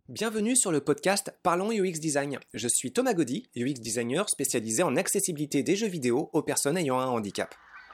Bienvenue sur le podcast Parlons UX Design. Je suis Thomas Gaudy, UX designer spécialisé en accessibilité des jeux vidéo aux personnes ayant un handicap.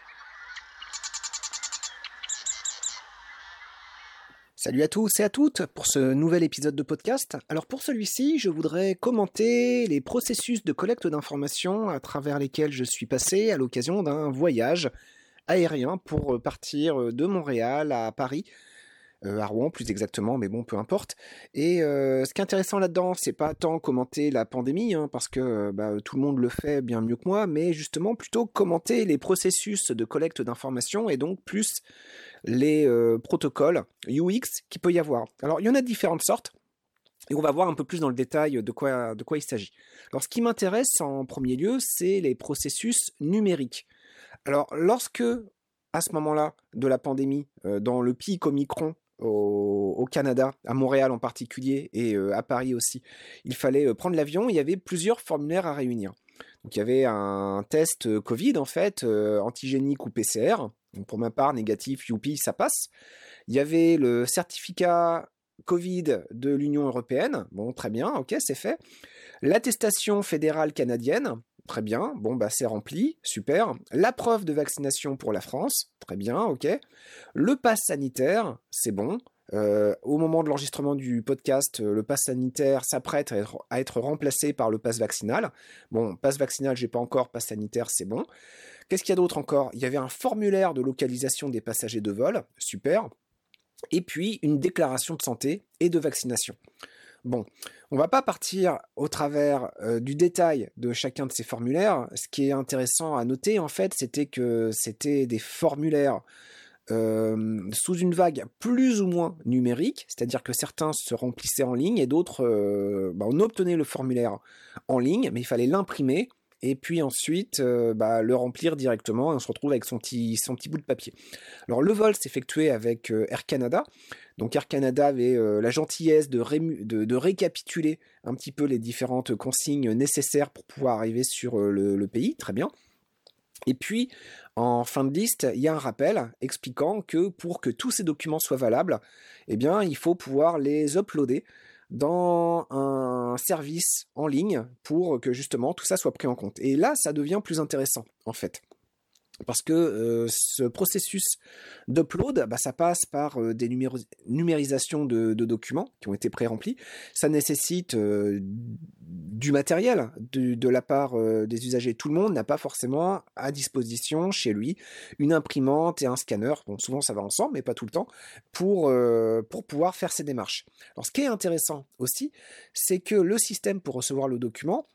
Salut à tous et à toutes pour ce nouvel épisode de podcast. Alors pour celui-ci, je voudrais commenter les processus de collecte d'informations à travers lesquels je suis passé à l'occasion d'un voyage aérien pour partir de Montréal à Paris. À Rouen plus exactement, mais bon, peu importe. Et ce qui est intéressant là-dedans, c'est pas tant commenter la pandémie, parce que tout le monde le fait bien mieux que moi, mais justement plutôt commenter les processus de collecte d'informations et donc plus les protocoles UX qu'il peut y avoir. Alors, il y en a de différentes sortes, et on va voir un peu plus dans le détail de quoi il s'agit. Alors, ce qui m'intéresse en premier lieu, c'est les processus numériques. Alors, lorsque, à ce moment-là de la pandémie, dans le pic Omicron, au Canada, à Montréal en particulier, et à Paris aussi, il fallait prendre l'avion, il y avait plusieurs formulaires à réunir. Donc il y avait un test Covid en fait, antigénique ou PCR, donc pour ma part négatif, youpi, ça passe. Il y avait le certificat Covid de l'Union Européenne, bon très bien, ok c'est fait. L'attestation fédérale canadienne, très bien, bon c'est rempli, super. La preuve de vaccination pour la France, très bien, ok. Le pass sanitaire, c'est bon. Au moment de l'enregistrement du podcast, le pass sanitaire s'apprête à être remplacé par le pass vaccinal. Bon, pass vaccinal, j'ai pas encore, pass sanitaire, c'est bon. Qu'est-ce qu'il y a d'autre encore ? Il y avait un formulaire de localisation des passagers de vol, super. Et puis une déclaration de santé et de vaccination. Bon, on va pas partir au travers du détail de chacun de ces formulaires. Ce qui est intéressant à noter, en fait, c'était que c'était des formulaires sous une vague plus ou moins numérique, c'est-à-dire que certains se remplissaient en ligne et d'autres, on obtenait le formulaire en ligne, mais il fallait l'imprimer et puis ensuite le remplir directement et on se retrouve avec son petit bout de papier. Alors le vol s'effectuait avec Air Canada. Donc Air Canada avait la gentillesse de récapituler un petit peu les différentes consignes nécessaires pour pouvoir arriver sur le pays, très bien. Et puis, en fin de liste, il y a un rappel expliquant que pour que tous ces documents soient valables, eh bien, il faut pouvoir les uploader dans un service en ligne pour que justement tout ça soit pris en compte. Et là, ça devient plus intéressant, en fait. Parce que ce processus d'upload, ça passe par des numérisations de documents qui ont été pré-remplis. Ça nécessite du matériel de la part des usagers. Tout le monde n'a pas forcément à disposition chez lui une imprimante et un scanner. Bon, souvent ça va ensemble, mais pas tout le temps, pour pouvoir faire ces démarches. Alors ce qui est intéressant aussi, c'est que le système pour recevoir le document,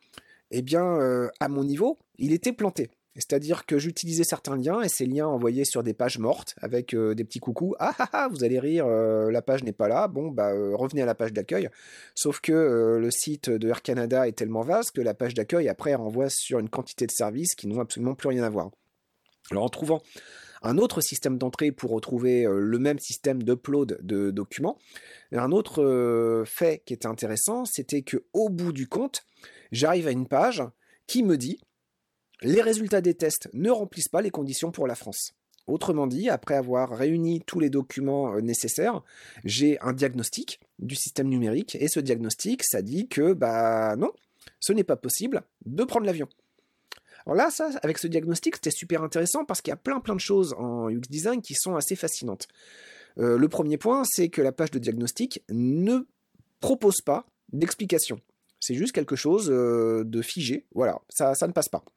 à mon niveau, il était planté. C'est-à-dire que j'utilisais certains liens et ces liens envoyaient sur des pages mortes avec des petits coucous. Ah, vous allez rire, la page n'est pas là. Bon, revenez à la page d'accueil. Sauf que le site de Air Canada est tellement vaste que la page d'accueil, après, renvoie sur une quantité de services qui n'ont absolument plus rien à voir. Alors, en trouvant un autre système d'entrée pour retrouver le même système d'upload de documents, un autre fait qui était intéressant, c'était qu'au bout du compte, j'arrive à une page qui me dit: les résultats des tests ne remplissent pas les conditions pour la France. Autrement dit, après avoir réuni tous les documents nécessaires, j'ai un diagnostic du système numérique et ce diagnostic, ça dit que non, ce n'est pas possible de prendre l'avion. Alors là, ça, avec ce diagnostic, c'était super intéressant parce qu'il y a plein de choses en UX design qui sont assez fascinantes. Le premier point, c'est que la page de diagnostic ne propose pas d'explication. C'est juste quelque chose de figé. Voilà, ça ne passe pas.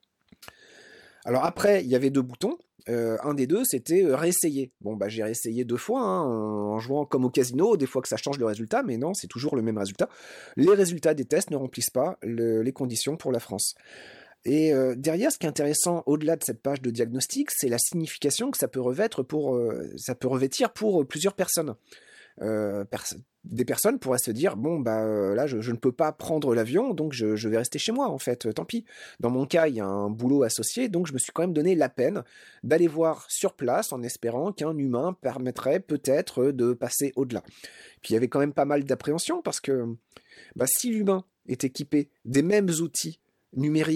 Alors après, il y avait deux boutons. Un des deux, c'était réessayer. Bon, j'ai réessayé 2 fois, en jouant comme au casino, des fois que ça change le résultat, mais non, c'est toujours le même résultat. Les résultats des tests ne remplissent pas les conditions pour la France. Et derrière, ce qui est intéressant, au-delà de cette page de diagnostic, c'est la signification que ça peut revêtir pour plusieurs personnes. Des personnes pourraient se dire là je ne peux pas prendre l'avion, donc je vais rester chez moi en fait, tant pis. Dans mon cas, il y a un boulot associé, donc je me suis quand même donné la peine d'aller voir sur place en espérant qu'un humain permettrait peut-être de passer au-delà. Puis il y avait quand même pas mal d'appréhension parce que si l'humain est équipé des mêmes outils numériques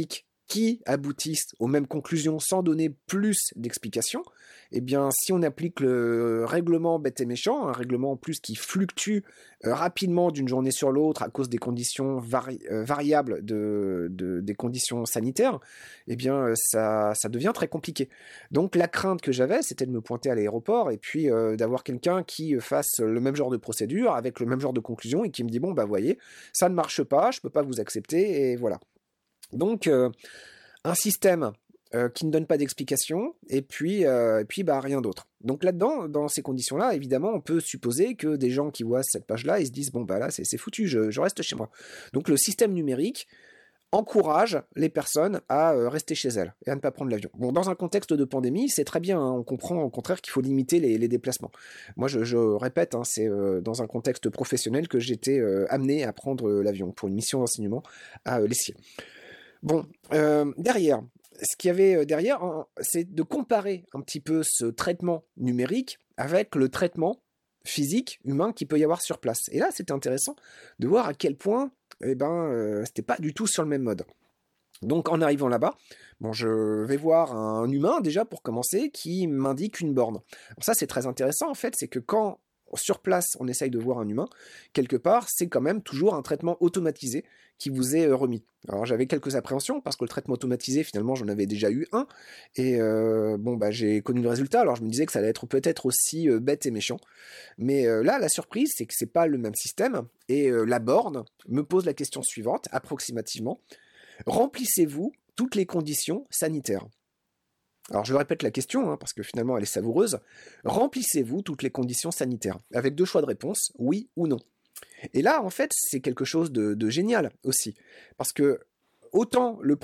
qui aboutissent aux mêmes conclusions sans donner plus d'explications, eh bien, si on applique le règlement bête et méchant, un règlement en plus qui fluctue rapidement d'une journée sur l'autre à cause des conditions variables des conditions sanitaires, eh bien, ça devient très compliqué. Donc, la crainte que j'avais, c'était de me pointer à l'aéroport et puis d'avoir quelqu'un qui fasse le même genre de procédure avec le même genre de conclusion et qui me dit, bon, bah, voyez, ça ne marche pas, je ne peux pas vous accepter, et voilà. Donc, un système qui ne donne pas d'explication, et puis bah, rien d'autre. Donc là-dedans, dans ces conditions-là, évidemment, on peut supposer que des gens qui voient cette page-là, ils se disent, bon, bah là, c'est foutu, je reste chez moi. Donc le système numérique encourage les personnes à rester chez elles et à ne pas prendre l'avion. Bon, dans un contexte de pandémie, c'est très bien, hein, on comprend au contraire qu'il faut limiter les déplacements. Moi, je répète, hein, c'est dans un contexte professionnel que j'étais amené à prendre l'avion pour une mission d'enseignement à l'Essier. Bon, derrière, ce qu'il y avait derrière, c'est de comparer un petit peu ce traitement numérique avec le traitement physique, humain, qu'il peut y avoir sur place. Et là, c'était intéressant de voir à quel point c'était pas du tout sur le même mode. Donc, en arrivant là-bas, bon, je vais voir un humain, déjà, pour commencer, qui m'indique une borne. Alors ça, c'est très intéressant, en fait, c'est que quand sur place, on essaye de voir un humain, quelque part, c'est quand même toujours un traitement automatisé qui vous est remis. Alors j'avais quelques appréhensions, parce que le traitement automatisé, finalement, j'en avais déjà eu un, et j'ai connu le résultat, alors je me disais que ça allait être peut-être aussi bête et méchant. Mais là, la surprise, c'est que c'est pas le même système, et la borne me pose la question suivante, approximativement. Remplissez-vous toutes les conditions sanitaires? Alors je répète la question, hein, parce que finalement elle est savoureuse. Remplissez-vous toutes les conditions sanitaires? Avec 2 choix de réponse, oui ou non. Et là, en fait, c'est quelque chose de génial aussi. Parce que autant le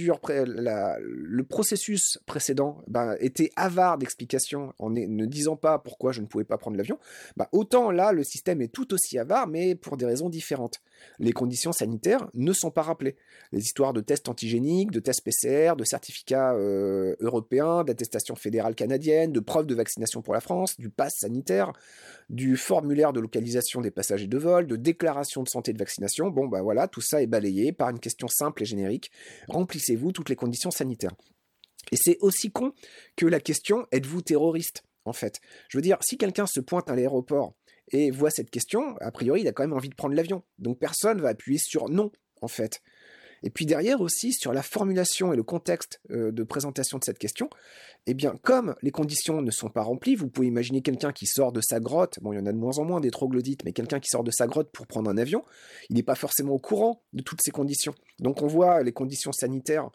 processus précédent était avare d'explications en ne disant pas pourquoi je ne pouvais pas prendre l'avion, autant là, le système est tout aussi avare, mais pour des raisons différentes. Les conditions sanitaires ne sont pas rappelées. Les histoires de tests antigéniques, de tests PCR, de certificats européens, d'attestations fédérales canadiennes, de preuves de vaccination pour la France, du pass sanitaire, du formulaire de localisation des passagers de vol, de déclaration de santé de vaccination, voilà, tout ça est balayé par une question simple et générique. Remplissez-vous toutes les conditions sanitaires? Et c'est aussi con que la question, êtes-vous terroriste, en fait? Je veux dire, si quelqu'un se pointe à l'aéroport et voit cette question, a priori, il a quand même envie de prendre l'avion. Donc personne va appuyer sur non, en fait. Et puis derrière aussi, sur la formulation et le contexte de présentation de cette question, eh bien, comme les conditions ne sont pas remplies, vous pouvez imaginer quelqu'un qui sort de sa grotte, bon, il y en a de moins en moins des troglodytes, mais quelqu'un qui sort de sa grotte pour prendre un avion, il n'est pas forcément au courant de toutes ces conditions. Donc on voit les conditions sanitaires,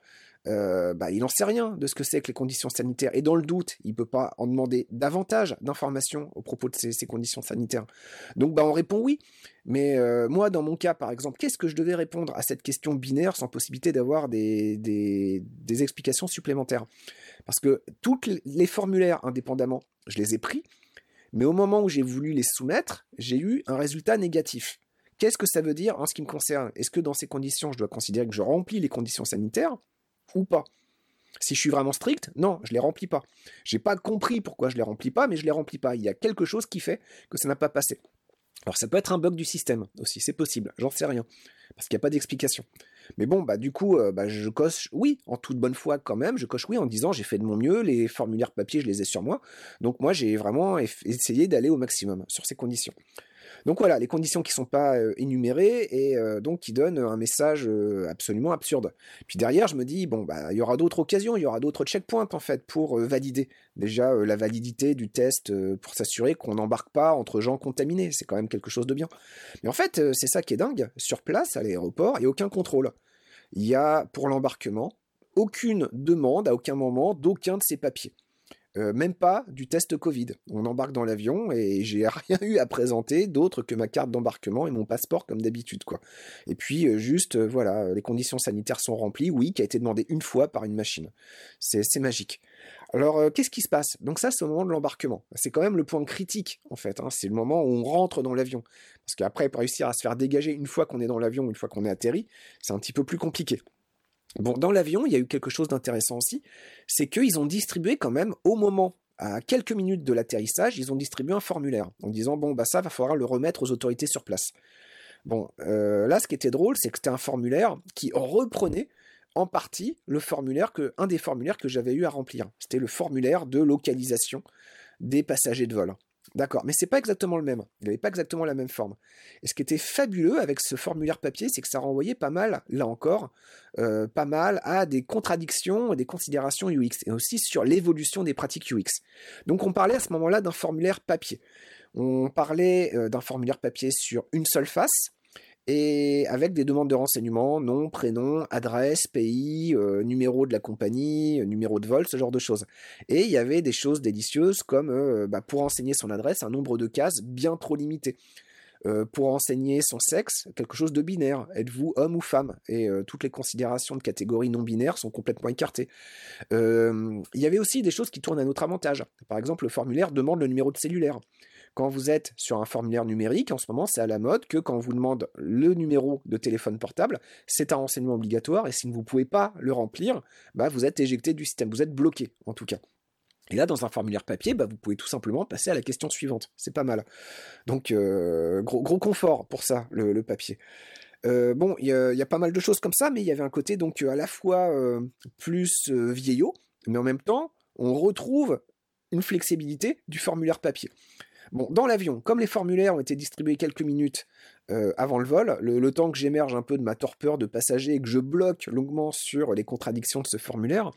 il n'en sait rien de ce que c'est que les conditions sanitaires, et dans le doute, il ne peut pas en demander davantage d'informations au propos de ces conditions sanitaires. Donc on répond oui, mais moi dans mon cas par exemple, qu'est-ce que je devais répondre à cette question binaire sans possibilité d'avoir des explications supplémentaires? Parce que tous les formulaires indépendamment, je les ai pris, mais au moment où j'ai voulu les soumettre, j'ai eu un résultat négatif. Qu'est-ce que ça veut dire en ce qui me concerne? Est-ce que dans ces conditions, je dois considérer que je remplis les conditions sanitaires ou pas? Si je suis vraiment strict, non, je les remplis pas. J'ai pas compris pourquoi je les remplis pas, mais je les remplis pas. Il y a quelque chose qui fait que ça n'a pas passé. Alors ça peut être un bug du système aussi, c'est possible, j'en sais rien, parce qu'il n'y a pas d'explication. Mais bon, du coup, je coche oui, en toute bonne foi quand même, je coche oui en disant j'ai fait de mon mieux, les formulaires papier, je les ai sur moi, donc moi j'ai vraiment essayé d'aller au maximum sur ces conditions. Donc voilà, les conditions qui ne sont pas énumérées et donc qui donnent un message absolument absurde. Puis derrière, je me dis, il y aura d'autres occasions, il y aura d'autres checkpoints en fait pour valider déjà la validité du test pour s'assurer qu'on n'embarque pas entre gens contaminés. C'est quand même quelque chose de bien. Mais en fait, c'est ça qui est dingue. Sur place, à l'aéroport, il n'y a aucun contrôle. Il y a pour l'embarquement aucune demande à aucun moment d'aucun de ces papiers. Même pas du test Covid. On embarque dans l'avion et j'ai rien eu à présenter d'autre que ma carte d'embarquement et mon passeport comme d'habitude, quoi. Et puis voilà, les conditions sanitaires sont remplies, oui, qui a été demandé une fois par une machine. C'est magique. Alors, qu'est-ce qui se passe? Donc ça, c'est au moment de l'embarquement. C'est quand même le point critique, en fait. C'est le moment où on rentre dans l'avion. Parce qu'après, réussir à se faire dégager une fois qu'on est dans l'avion, une fois qu'on est atterri, c'est un petit peu plus compliqué. Bon, dans l'avion, il y a eu quelque chose d'intéressant aussi, c'est qu'ils ont distribué quand même, au moment, à quelques minutes de l'atterrissage, ils ont distribué un formulaire, en disant, ça, va falloir le remettre aux autorités sur place. Bon, là, ce qui était drôle, c'est que c'était un formulaire qui reprenait en partie un des formulaires que j'avais eu à remplir. C'était le formulaire de localisation des passagers de vol. D'accord, mais c'est pas exactement le même. Il n'avait pas exactement la même forme. Et ce qui était fabuleux avec ce formulaire papier, c'est que ça renvoyait pas mal, là encore, pas mal à des contradictions et des considérations UX, et aussi sur l'évolution des pratiques UX. Donc on parlait à ce moment-là d'un formulaire papier. On parlait d'un formulaire papier sur une seule face, et avec des demandes de renseignements, nom, prénom, adresse, pays, numéro de la compagnie, numéro de vol, ce genre de choses. Et il y avait des choses délicieuses comme, pour renseigner son adresse, un nombre de cases bien trop limité. Pour renseigner son sexe, quelque chose de binaire. Êtes-vous homme ou femme? Et toutes les considérations de catégories non binaires sont complètement écartées. Il y avait aussi des choses qui tournent à notre avantage. Par exemple, le formulaire demande le numéro de cellulaire. Quand vous êtes sur un formulaire numérique, en ce moment, c'est à la mode que quand on vous demande le numéro de téléphone portable, c'est un renseignement obligatoire et si vous ne pouvez pas le remplir, vous êtes éjecté du système, vous êtes bloqué en tout cas. Et là, dans un formulaire papier, vous pouvez tout simplement passer à la question suivante. C'est pas mal. Donc, gros confort pour ça, le papier. Il y a pas mal de choses comme ça, mais il y avait un côté donc à la fois plus vieillot, mais en même temps, on retrouve une flexibilité du formulaire papier. Bon, dans l'avion, comme les formulaires ont été distribués quelques minutes avant le vol, le temps que j'émerge un peu de ma torpeur de passager et que je bloque longuement sur les contradictions de ce formulaire,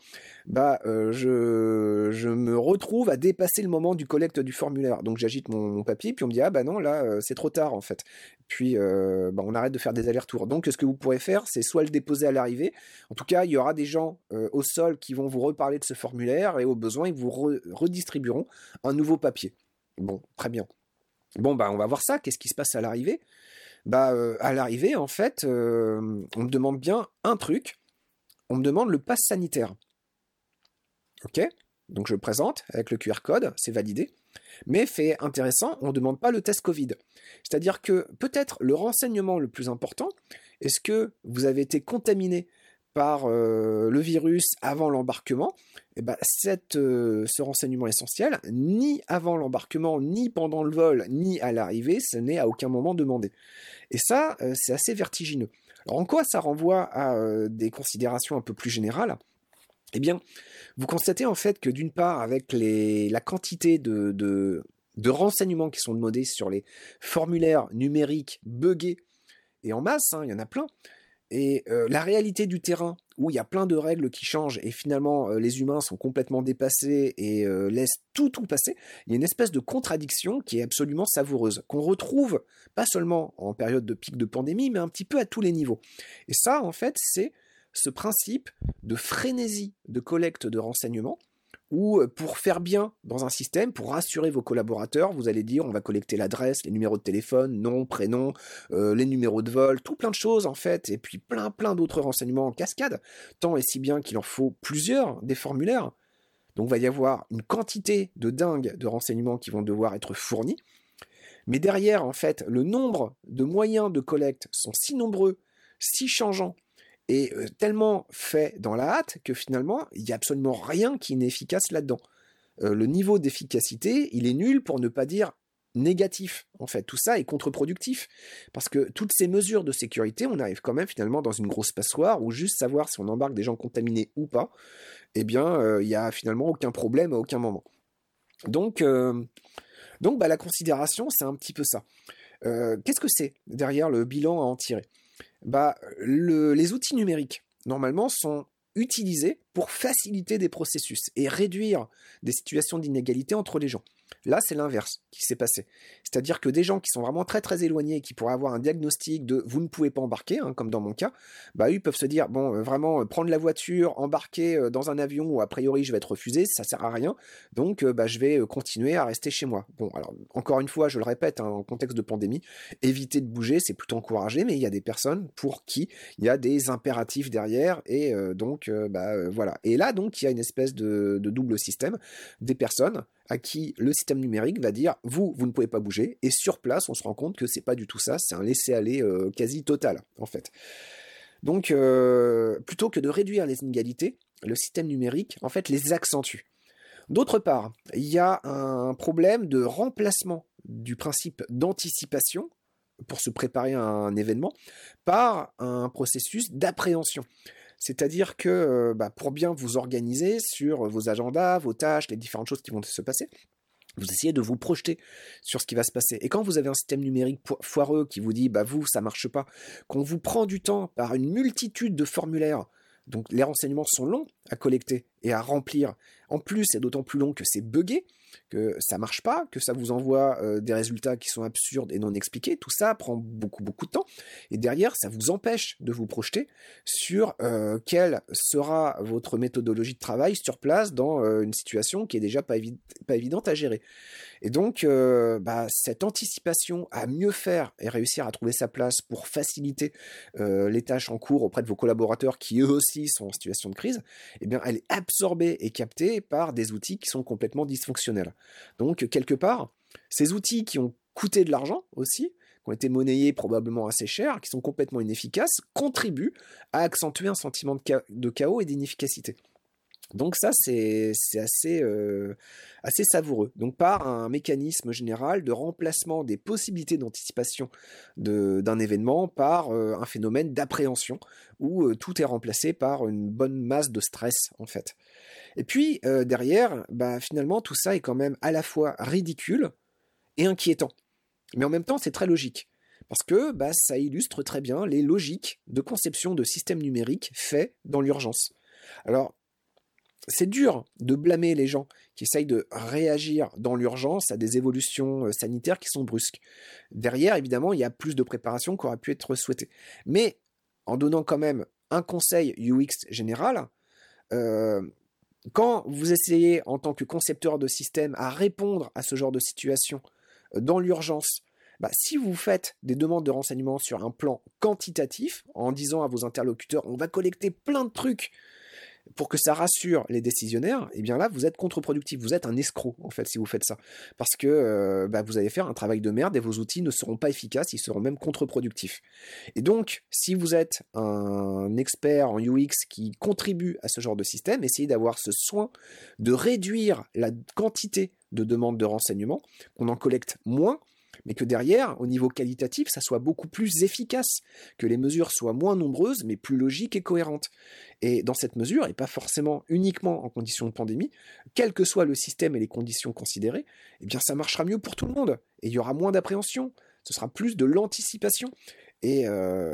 je me retrouve à dépasser le moment du collecte du formulaire. Donc j'agite mon papier, puis on me dit « Ah bah non, là, c'est trop tard en fait ». Puis on arrête de faire des allers-retours. Donc ce que vous pourrez faire, c'est soit le déposer à l'arrivée. En tout cas, il y aura des gens au sol qui vont vous reparler de ce formulaire et au besoin, ils vous redistribueront un nouveau papier. Bon, très bien. Bon, on va voir ça. Qu'est-ce qui se passe à l'arrivée? À l'arrivée, en fait, on me demande bien un truc. On me demande le pass sanitaire. Ok? Donc je le présente avec le QR code, c'est validé. Mais fait intéressant, on ne demande pas le test Covid. C'est-à-dire que peut-être le renseignement le plus important, est-ce que vous avez été contaminé par le virus avant l'embarquement? Ce renseignement essentiel, ni avant l'embarquement, ni pendant le vol, ni à l'arrivée, ce n'est à aucun moment demandé. Et ça, c'est assez vertigineux. Alors en quoi ça renvoie à des considérations un peu plus générales? Eh bien, vous constatez en fait que d'une part, avec la quantité de renseignements qui sont demandés sur les formulaires numériques buggés, et en masse, il y en a plein, et la réalité du terrain, où il y a plein de règles qui changent, et finalement les humains sont complètement dépassés et laissent tout passer, il y a une espèce de contradiction qui est absolument savoureuse, qu'on retrouve pas seulement en période de pic de pandémie, mais un petit peu à tous les niveaux. Et ça, en fait, c'est ce principe de frénésie de collecte de renseignements, où pour faire bien dans un système, pour rassurer vos collaborateurs, vous allez dire on va collecter l'adresse, les numéros de téléphone, nom, prénom, les numéros de vol, tout plein de choses en fait, et puis plein d'autres renseignements en cascade, tant et si bien qu'il en faut plusieurs des formulaires. Donc il va y avoir une quantité de dingue de renseignements qui vont devoir être fournis, mais derrière en fait le nombre de moyens de collecte sont si nombreux, si changeants, et tellement fait dans la hâte que finalement, il n'y a absolument rien qui n'est efficace là-dedans. Le niveau d'efficacité, il est nul pour ne pas dire négatif. En fait, tout ça est contre-productif. Parce que toutes ces mesures de sécurité, on arrive quand même finalement dans une grosse passoire où juste savoir si on embarque des gens contaminés ou pas, il n'y a finalement aucun problème à aucun moment. Donc la considération, c'est un petit peu ça. Qu'est-ce que c'est derrière le bilan à en tirer? Les outils numériques, normalement, sont utilisés pour faciliter des processus et réduire des situations d'inégalité entre les gens. Là, c'est l'inverse qui s'est passé. C'est-à-dire que des gens qui sont vraiment très éloignés et qui pourraient avoir un diagnostic de « vous ne pouvez pas embarquer », comme dans mon cas, ils peuvent se dire « bon, vraiment, prendre la voiture, embarquer dans un avion où a priori je vais être refusé, ça sert à rien, donc je vais continuer à rester chez moi ». Bon, alors, encore une fois, je le répète, en contexte de pandémie, éviter de bouger, c'est plutôt encouragé, mais il y a des personnes pour qui il y a des impératifs derrière, et voilà. Et là, donc, il y a une espèce de double système, des personnes à qui le système numérique va dire vous ne pouvez pas bouger, et sur place on se rend compte que c'est pas du tout ça, c'est un laisser-aller quasi total en fait. Donc plutôt que de réduire les inégalités, le système numérique en fait les accentue. D'autre part, il y a un problème de remplacement du principe d'anticipation pour se préparer à un événement par un processus d'appréhension. C'est-à-dire que pour bien vous organiser sur vos agendas, vos tâches, les différentes choses qui vont se passer, vous essayez de vous projeter sur ce qui va se passer. Et quand vous avez un système numérique foireux qui vous dit vous, ça marche pas, qu'on vous prend du temps par une multitude de formulaires, donc les renseignements sont longs à collecter et à remplir. En plus, c'est d'autant plus long que c'est buggé, que ça marche pas, que ça vous envoie des résultats qui sont absurdes et non expliqués. Tout ça prend beaucoup de temps. Et derrière, ça vous empêche de vous projeter sur quelle sera votre méthodologie de travail sur place dans une situation qui est déjà pas évidente à gérer. Et donc, cette anticipation à mieux faire et réussir à trouver sa place pour faciliter les tâches en cours auprès de vos collaborateurs qui eux aussi sont en situation de crise, eh bien, elle est absorbée et captée par des outils qui sont complètement dysfonctionnels. Donc, quelque part, ces outils qui ont coûté de l'argent aussi, qui ont été monnayés probablement assez cher, qui sont complètement inefficaces, contribuent à accentuer un sentiment de chaos et d'inefficacité. Donc ça, c'est assez savoureux. Donc par un mécanisme général de remplacement des possibilités d'anticipation d'un événement par un phénomène d'appréhension où tout est remplacé par une bonne masse de stress en fait. Et puis derrière, finalement tout ça est quand même à la fois ridicule et inquiétant. Mais en même temps, c'est très logique. Parce que ça illustre très bien les logiques de conception de systèmes numériques faits dans l'urgence. Alors, c'est dur de blâmer les gens qui essayent de réagir dans l'urgence à des évolutions sanitaires qui sont brusques. Derrière, évidemment, il y a plus de préparation qu'aurait pu être souhaité. Mais en donnant quand même un conseil UX général, quand vous essayez en tant que concepteur de système à répondre à ce genre de situation dans l'urgence, si vous faites des demandes de renseignements sur un plan quantitatif, en disant à vos interlocuteurs on va collecter plein de trucs pour que ça rassure les décisionnaires, eh bien là, vous êtes contre-productif, vous êtes un escroc, en fait, si vous faites ça. Parce que vous allez faire un travail de merde et vos outils ne seront pas efficaces, ils seront même contre-productifs. Et donc, si vous êtes un expert en UX qui contribue à ce genre de système, essayez d'avoir ce soin de réduire la quantité de demandes de renseignements, qu'on en collecte moins, mais que derrière, au niveau qualitatif, ça soit beaucoup plus efficace, que les mesures soient moins nombreuses, mais plus logiques et cohérentes. Et dans cette mesure, et pas forcément uniquement en conditions de pandémie, quel que soit le système et les conditions considérées, eh bien ça marchera mieux pour tout le monde, et il y aura moins d'appréhension, ce sera plus de l'anticipation, et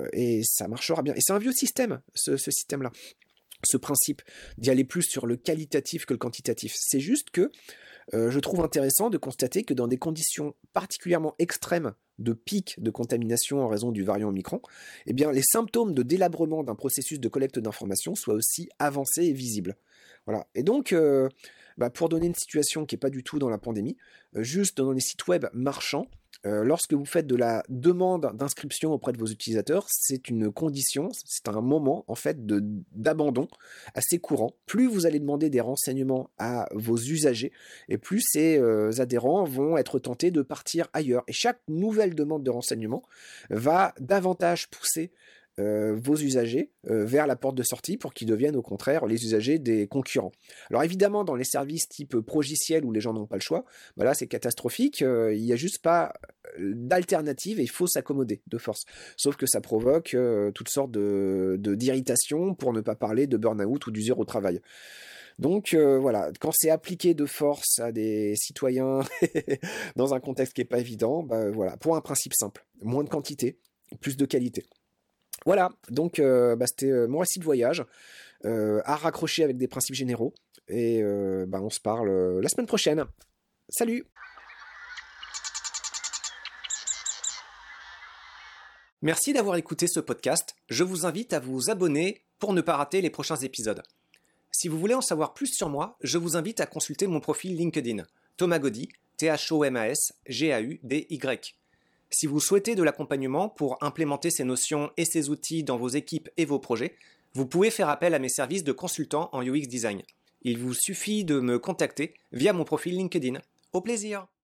ça marchera bien. Et c'est un vieux système, ce système-là, ce principe d'y aller plus sur le qualitatif que le quantitatif. C'est juste que je trouve intéressant de constater que dans des conditions particulièrement extrêmes de pic de contamination en raison du variant Omicron, eh bien, les symptômes de délabrement d'un processus de collecte d'informations soient aussi avancés et visibles. Voilà. Et donc, pour donner une situation qui n'est pas du tout dans la pandémie, juste dans les sites web marchands, lorsque vous faites de la demande d'inscription auprès de vos utilisateurs, c'est une condition, c'est un moment en fait d'abandon assez courant. Plus vous allez demander des renseignements à vos usagers, et plus ces adhérents vont être tentés de partir ailleurs. Et chaque nouvelle demande de renseignement va davantage pousser vos usagers vers la porte de sortie pour qu'ils deviennent au contraire les usagers des concurrents. Alors évidemment, dans les services type progiciel où les gens n'ont pas le choix, là c'est catastrophique, il n'y a juste pas d'alternative et il faut s'accommoder de force. Sauf que ça provoque toutes sortes d'irritations, pour ne pas parler de burn-out ou d'usure au travail. Donc voilà, quand c'est appliqué de force à des citoyens dans un contexte qui n'est pas évident, voilà, pour un principe simple, moins de quantité, plus de qualité. Voilà, donc c'était mon récit de voyage, à raccrocher avec des principes généraux, et on se parle la semaine prochaine. Salut! Merci d'avoir écouté ce podcast, je vous invite à vous abonner pour ne pas rater les prochains épisodes. Si vous voulez en savoir plus sur moi, je vous invite à consulter mon profil LinkedIn, Thomas Gaudy, ThomasGaudy. Si vous souhaitez de l'accompagnement pour implémenter ces notions et ces outils dans vos équipes et vos projets, vous pouvez faire appel à mes services de consultant en UX Design. Il vous suffit de me contacter via mon profil LinkedIn. Au plaisir!